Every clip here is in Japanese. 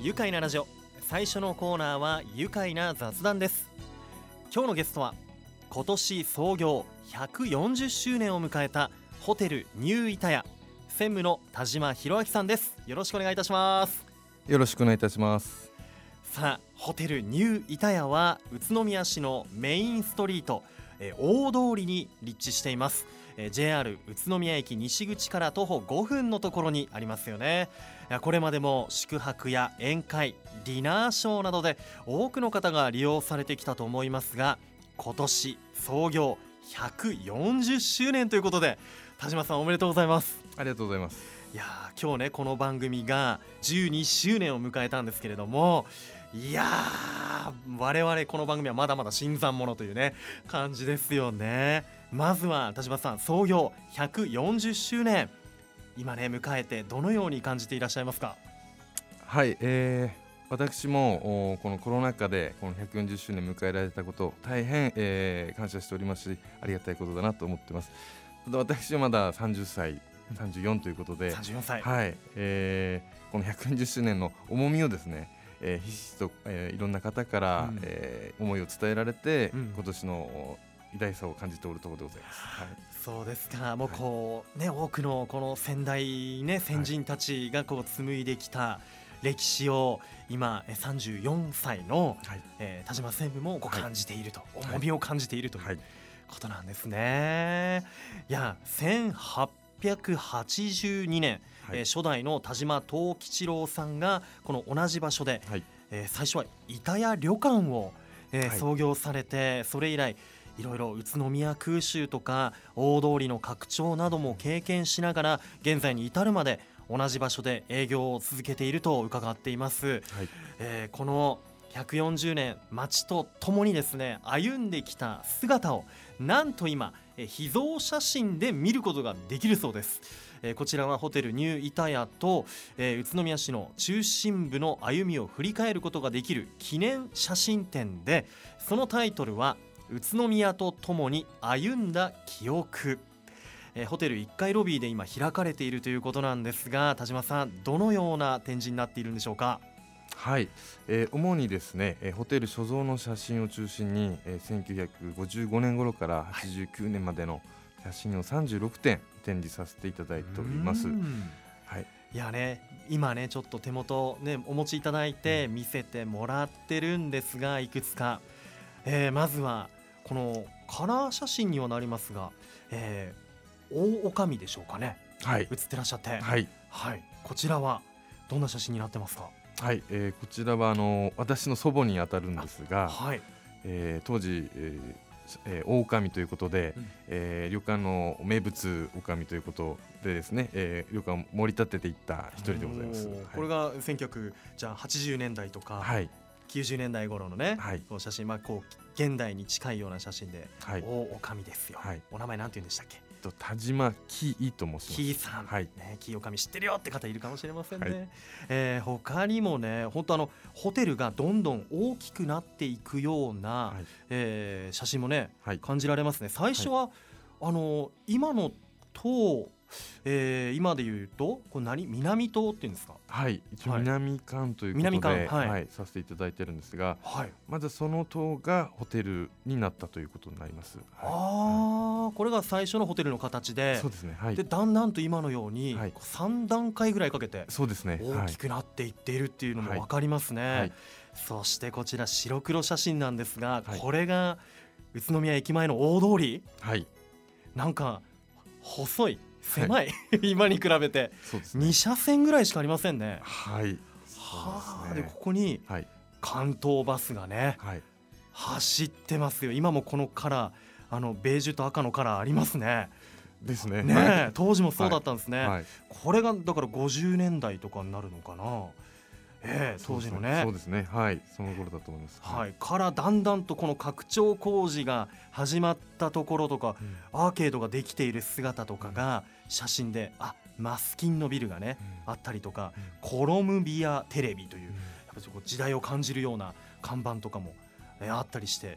愉快なラジオ。最初のコーナーは愉快な雑談です。今日のゲストは今年創業140周年を迎えたホテルニューイタヤ専務の田島博明さんです。よろしくお願いいたします。 よろしくお願いいたします。 さあ、ホテルニューイタヤは宇都宮市のメインストリート、大通りに立地しています。JR 宇都宮駅西口から徒歩5分のところにありますよね。これまでも宿泊や宴会、ディナーショーなどで多くの方が利用されてきたと思いますが、今年創業140周年ということで、田島さんおめでとうございます。 ありがとうございます。 いや今日ね、この番組が12周年を迎えたんですけれども、いや我々この番組はまだまだ新参者というね感じですよね。まずは田島さん、創業140周年今ね迎えてどのように感じていらっしゃいますか？ はい、私もこのコロナ禍でこの140周年迎えられたこと大変、感謝しておりますし、ありがたいことだなと思ってます。ただ私はまだ30歳34ということで、 34歳、 はい、この140周年の重みをですね、ひしひしと、いろんな方から、思いを伝えられて、今年の偉大さを感じておるところでございます。はい、 そうですか。もうこう、ね、多くのこの先代、ね、先人たちがこう紡いできた歴史を今34歳の、田島専務もこう感じていると、重みを感じているということなんですね。いや1882年、初代の田島藤吉郎さんがこの同じ場所で、最初は板屋旅館を、創業されて、それ以来いろいろ宇都宮空襲とか大通りの拡張なども経験しながら現在に至るまで同じ場所で営業を続けていると伺っています。この140年町とともにですね歩んできた姿をなんと今秘蔵写真で見ることができるそうです。こちらはホテルニューイタヤと、宇都宮市の中心部の歩みを振り返ることができる記念写真展で、そのタイトルは宇都宮とともに歩んだ記憶。ホテル1階ロビーで今開かれているということなんですが、田島さんどのような展示になっているんでしょうか？ はい、主にですね、ホテル所蔵の写真を中心に、1955年頃から89年までの写真を36点展示させていただいております。 いやね、今ねちょっと手元ねお持ちいただいて見せてもらってるんですが、いくつか、まずはこのカラー写真にはなりますが、大女将でしょうかね、写ってらっしゃって、こちらはどんな写真になってますか？ こちらは私の祖母にあたるんですが、当時、大女将ということで、旅館の名物女将ということでですね、旅館を盛り立てていった一人でございます。 これが1980年代とか、90年代頃のね、この写真、こう現代に近いような写真で、大女将ですよ。お名前なんて言うんでしたっけ？ 田島喜井と申します。 喜井さん、喜井女将知ってるよって方いるかもしれませんね。他にもね、本当ホテルがどんどん大きくなっていくような、写真もね、感じられますね。最初は、今の塔、今でいうとこれ南塔っていうんですか？ 一応南館ということで、させていただいてるんですが、まずその塔がホテルになったということになります。 これが最初のホテルの形で、 そうですね。 でだんだんと今のように、3段階ぐらいかけてそうですね、 大きくなっていっているっていうのも分かりますね。そしてこちら白黒写真なんですが、これが宇都宮駅前の大通り、なんか細い狭い、今に比べて2車線ぐらいしかありませんね。でここに関東バスがね、走ってますよ。今もこのカラー、ベージュと赤のカラーありますね。 ですね。 当時もそうだったんですね。これがだから50年代とかになるのかな。当時のね。 そうですね。その頃だと思います。 からだんだんとこの拡張工事が始まったところとか、アーケードができている姿とかが写真で、マスキンのビルがね、あったりとか、コロムビアテレビという、やっぱり時代を感じるような看板とかも、あったりして、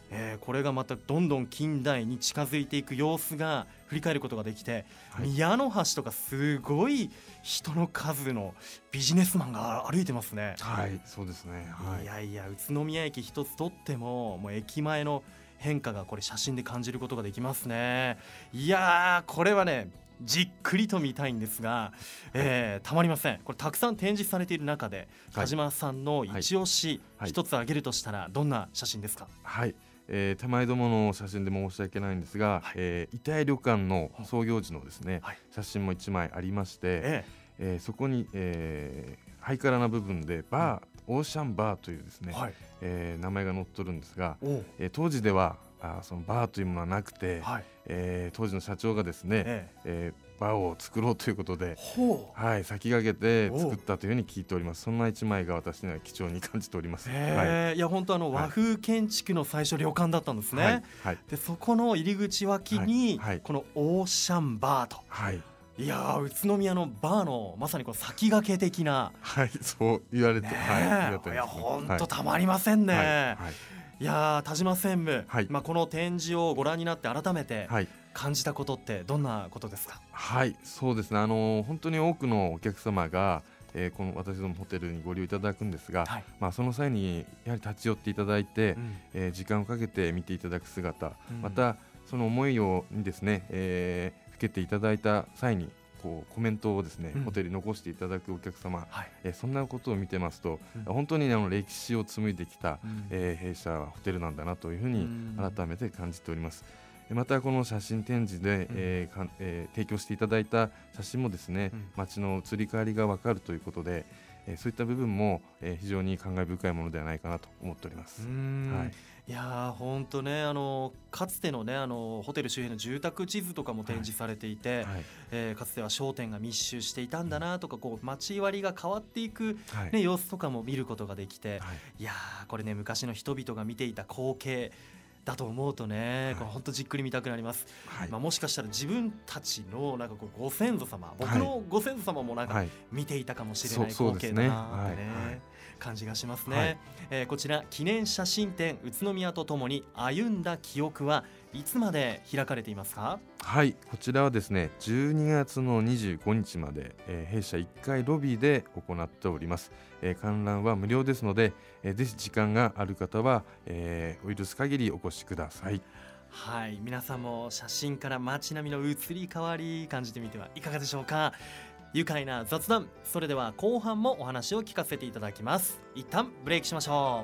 これがまたどんどん近代に近づいていく様子が振り返ることができて、宮の橋とかすごい人の数のビジネスマンが歩いてますね。 はい、そうですね。 いやいや、宇都宮駅一つとってももう駅前の変化がこれ写真で感じることができますね。いやー、これはねじっくりと見たいんですが、たまりません。これたくさん展示されている中で、田島さんの一押し一つ挙げるとしたらどんな写真ですか？ はい、手前どもの写真で申し訳ないんですが、板谷旅館の創業時のですね、写真も1枚ありまして、そこに、ハイカラな部分でバー、オーシャンバーというですね、名前が載っとるんですが、当時ではそのバーというものはなくて、当時の社長がですね、バーを作ろうということで、先駆けて作ったというふうに聞いております。そんな一枚が私には貴重に感じております。 いや本当和風建築の最初旅館だったんですね。でそこの入り口脇にこのオーシャンバーと、いや宇都宮のバーのまさにこの先駆け的な、 そう言われて、 いや本当たまりませんね。いや田島専務、この展示をご覧になって改めて感じたことってどんなことですか？ そうですね、本当に多くのお客様が、この私どもホテルにご利用いただくんですが、その際にやはり立ち寄っていただいて、時間をかけて見ていただく姿、またその思いにですね、ふけていただいた際にコメントをですね、ホテルに残していただくお客様、そんなことを見てますと、本当に歴史を紡いできた、弊社ホテルなんだなというふうに改めて感じております。またこの写真展示で、提供していただいた写真もですね、街の移り変わりが分かるということで、そういった部分も、非常に感慨深いものではないかなと思っております。 いや本当ね、かつてのねホテル周辺の住宅地図とかも展示されていて、かつては商店が密集していたんだなとか、街割りが変わっていく、様子とかも見ることができて、いやこれね昔の人々が見ていた光景だと思うとね、本当じっくり見たくなります。もしかしたら自分たちのご先祖様、僕のご先祖様も見ていたかもしれない光景だなってね、感じがしますね。こちら記念写真展宇都宮とともに歩んだ記憶はいつまで開かれていますか？ こちらはですね12月の25日まで、弊社1階ロビーで行っております。観覧は無料ですので、ぜひ時間がある方は、お許す限りお越しください。 皆さんも写真から街並みの移り変わり感じてみてはいかがでしょうか？愉快な雑談、それでは後半もお話を聞かせていただきます。一旦ブレイクしましょ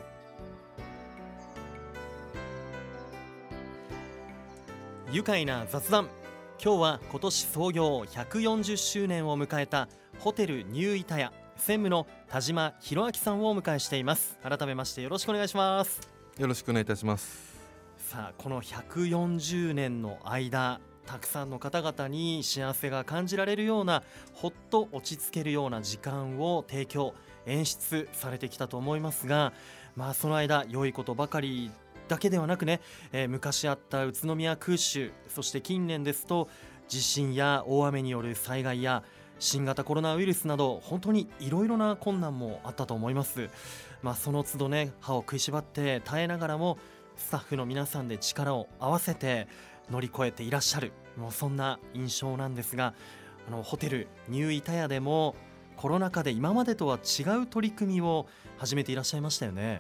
う。愉快な雑談、今日は今年創業140周年を迎えたホテルニューイタヤ専務の田島博明さんをお迎えしています。改めましてよろしくお願いします。 よろしくお願いいたします。 さあこの140年の間、たくさんの方々に幸せが感じられるような、ほっと落ち着けるような時間を提供演出されてきたと思いますが、その間良いことばかりだけではなくね、昔あった宇都宮空襲、そして近年ですと地震や大雨による災害や新型コロナウイルスなど、本当にいろいろな困難もあったと思います。その都度ね、歯を食いしばって耐えながらもスタッフの皆さんで力を合わせて乗り越えていらっしゃる、そんな印象なんですが、ホテルニューイタヤでもコロナ禍で今までとは違う取り組みを始めていらっしゃいましたよね。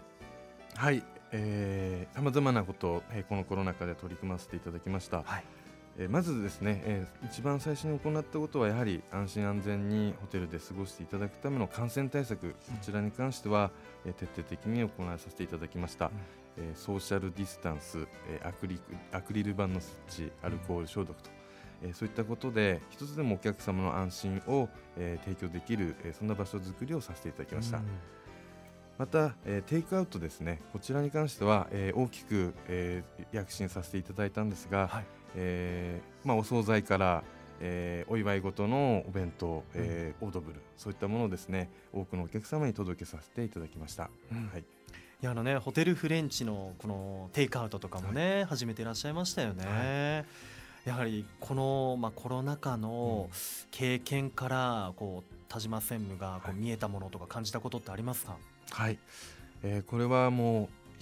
さまざまなことを、このコロナ禍で取り組ませていただきました。まずですね、一番最初に行ったことはやはり安心安全にホテルで過ごしていただくための感染対策、こちらに関しては、徹底的に行わさせていただきました。ソーシャルディスタンス、アクリル板の設置、アルコール消毒と、そういったことで一つでもお客様の安心を、提供できる、そんな場所づくりをさせていただきました。また、テイクアウトですね、こちらに関しては、大きく、躍進させていただいたんですが、お惣菜から、お祝い事のお弁当、オードブル、そういったものをですね、多くのお客様に届けさせていただきました。 いやホテルフレンチのこのテイクアウトとかもね、始めていらっしゃいましたよね。やはりこの、コロナ禍の経験から田島専務が見えたものとか感じたことってありますか？ これはもう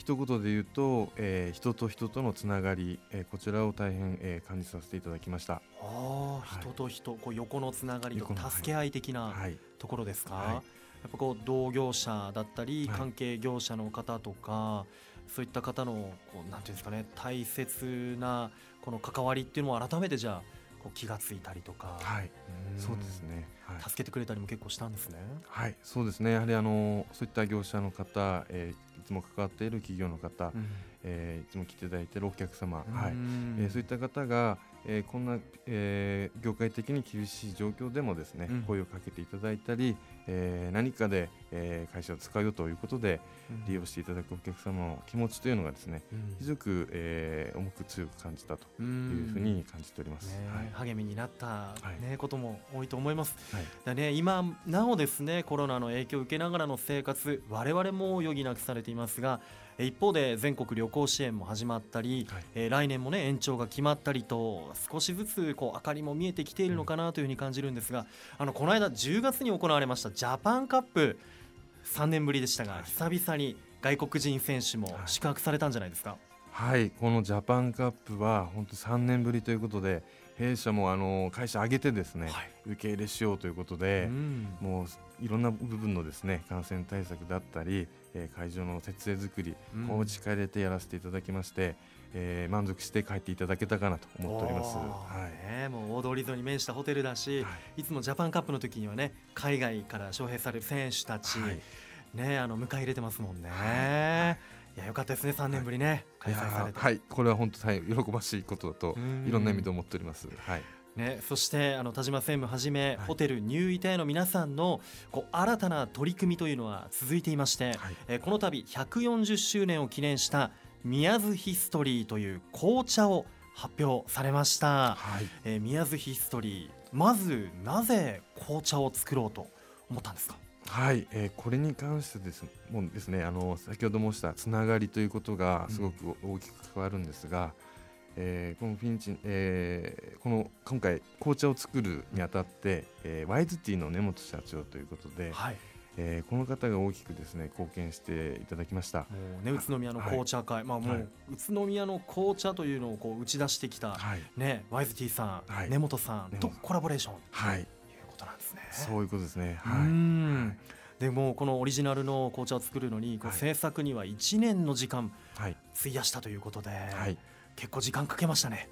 一言で言うと、人と人とのつながり、こちらを大変、感じさせていただきました。 人と人、こう横のつながりと助け合い的なところですか。やっぱこう同業者だったり関係業者の方とか、そういった方のこうなんていうんですかね、大切なこの関わりっていうのを改めてじゃあこう気がついたりとか、 そうですね、 助けてくれたりも結構したんですね。 そうですね。やはりそういった業者の方、いつも関わっている企業の方、いつも来ていただいているお客様、そういった方が、こんな、業界的に厳しい状況でもですね、声をかけていただいたり、何かで、会社を使うよということで利用していただくお客様の気持ちというのがですね、非常く、重く強く感じたというふうに感じております。 励みになった、ことも多いと思います。今なおですね、コロナの影響を受けながらの生活、我々も余儀なくされていますが、一方で全国旅行支援も始まったり、来年もね延長が決まったりと、少しずつこう明かりも見えてきているのかなというふうに感じるんですが、この間10月に行われましたジャパンカップ、3年ぶりでしたが、久々に外国人選手も宿泊されたんじゃないですか。 このジャパンカップは本当3年ぶりということで、弊社も会社挙げてですね、受け入れしようということで、もういろんな部分のですね感染対策だったり、会場の設営作りを力入れてやらせていただきまして、満足して帰っていただけたかなと思っております。 もう大通り沿いに面したホテルだし、いつもジャパンカップの時にはね、海外から招聘される選手たち、迎え入れてますもんね。いや、よかったですね、3年ぶりね開催されて。 これは本当喜ばしいことだといろんな意味で思っております。 そして田島専務はじめ、ホテルニューイタヤの皆さんのこう新たな取り組みというのは続いていまして、この度140周年を記念した宮津ヒストリーという紅茶を発表されました。宮津ヒストリー、まずなぜ紅茶を作ろうと思ったんですか。 これに関してですね、先ほど申したつながりということがすごく大きく関わるんですが、この今回紅茶を作るにあたって、ワイズティーの根本社長ということで、この方が大きくですね貢献していただきました。 もうね、宇都宮の紅茶会、もう宇都宮の紅茶というのをこう打ち出してきた、ワイズティーさん、根本さんとコラボレーションということなんですね。 そういうことですね。 でもこのオリジナルの紅茶を作るのに、制作には1年の時間費やしたということで、結構時間かけましたね。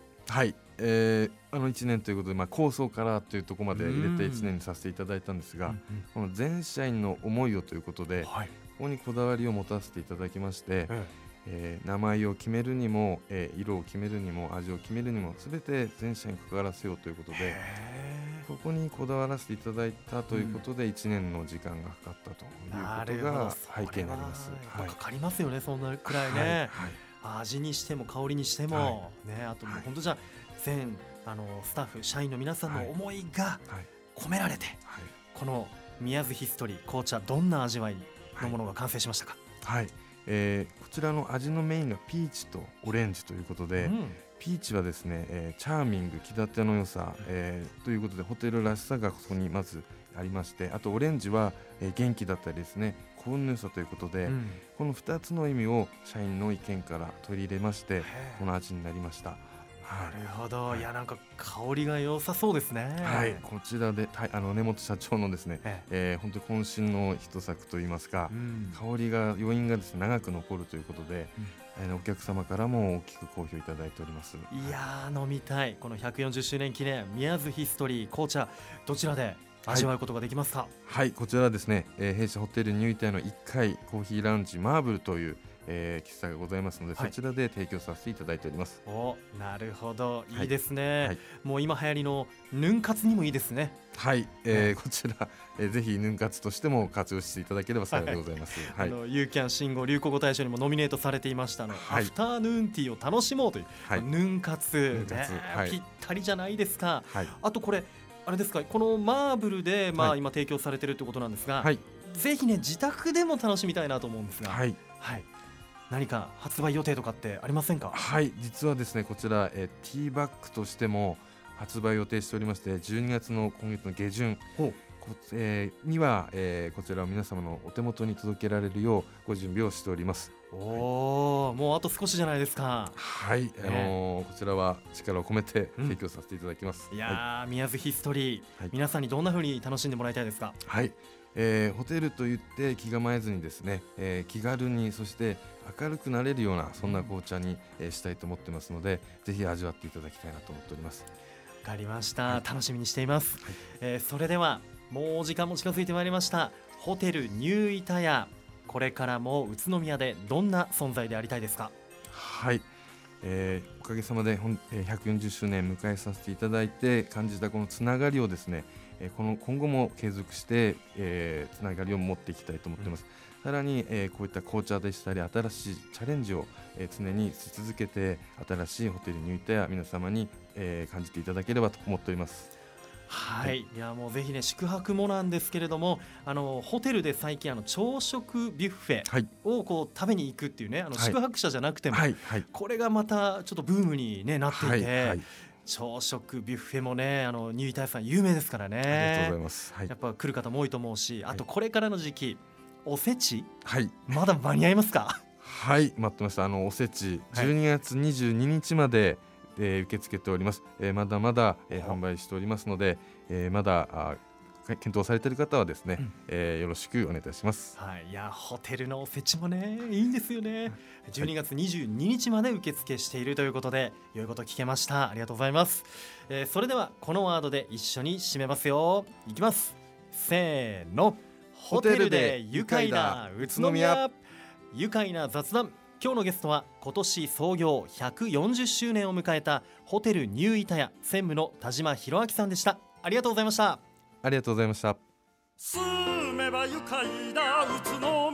1年ということで、構想からというところまで入れて1年にさせていただいたんですが、この全社員の思いをということで、ここにこだわりを持たせていただきまして、名前を決めるにも、色を決めるにも味を決めるにも全て全社員関わらせようということで、ここにこだわらせていただいたということで1年の時間がかかったということが背景になります。 かかりますよね、そんなくらいね。味にしても香りにしても、あともう本当じゃ全スタッフ社員の皆さんの思いが込められて、この宮津ヒストリー紅茶、どんな味わいのものが完成しましたか。 こちらの味のメインがピーチとオレンジということで、ピーチはですね、チャーミング気立ての良さ、ということでホテルらしさがここにまずありまして、あとオレンジは、元気だったりですね、幸運の良さということで、この2つの意味を社員の意見から取り入れまして、この味になりました。 なるほど。いや、なんか香りが良さそうですね。 こちらで根本社長のですね、本当に渾身の一作といいますか、香りが余韻がですね長く残るということで、お客様からも大きく好評いただいております。 いや飲みたい。この140周年記念宮津ヒストリー紅茶、どちらで味わうことができますか。 こちらはですね、弊社ホテルニューイタヤの1階コーヒーラウンジマーブルという喫茶がございますので、そちらで提供させていただいております。 なるほど、いいですね。もう今流行りのヌン活にもいいですね。 こちら、ぜひヌン活としても活用していただければ幸いでございます。 ユーキャン新語・流行語大賞にもノミネートされていましたアフターヌーンティーを楽しもうという、ヌン活、ぴったりじゃないですか。あとこれあれですか、このマーブルで、今提供されているということなんですが、ぜひね自宅でも楽しみたいなと思うんですが、何か発売予定とかってありませんか。 実はですね、こちら、ティーバッグとしても発売予定しておりまして、12月の今月の下旬、 には、こちらを皆様のお手元に届けられるようご準備をしております。 もうあと少しじゃないですか。 はい、こちらは力を込めて提供させていただきます。 いや宮津ヒストリー、皆さんにどんな風に楽しんでもらいたいですか？ はい、ホテルといって気構えずにですね、気軽にそして明るくなれるようなそんな紅茶に、したいと思ってますので、ぜひ味わっていただきたいなと思っております。 わかりました、楽しみにしています。それではもうお時間も近づいてまいりました。ホテルニューイタヤ、これからも宇都宮でどんな存在でありたいですか？ はい、おかげさまで140周年迎えさせていただいて感じたこのつながりをですね、今後も継続して、つながりを持っていきたいと思っています。さらに、こういった紅茶でしたり新しいチャレンジを、常にし続けて新しいホテルニューイタヤ皆様に、感じていただければと思っております。 はい、いやもうぜひね宿泊もなんですけれども、ホテルで最近朝食ビュッフェをこう食べに行くっていうね、宿泊者じゃなくても、これがまたちょっとブームに、ね、なっていて、朝食ビュッフェもねニューイタヤさん有名ですからね。 ありがとうございます。 やっぱ来る方も多いと思うし、あとこれからの時期おせち、まだ間に合いますか？ はい、待ってました。おせち12月22日まで受け付けております。まだまだ、販売しておりますので、まだ検討されている方はですね、よろしくお願いいたします。 いやホテルのおせちもねいいんですよね。12月22日まで受付しているということで、良いこと聞けました。ありがとうございます。それではこのワードで一緒に締めますよ。いきます。せーの。ホテルで愉快な宇都宮。愉快な雑談。今日のゲストは今年創業140周年を迎えたホテルニューイタヤ専務の田島弘明さんでした。ありがとうございました。 ありがとうございました。 住めば愉快な宇都宮。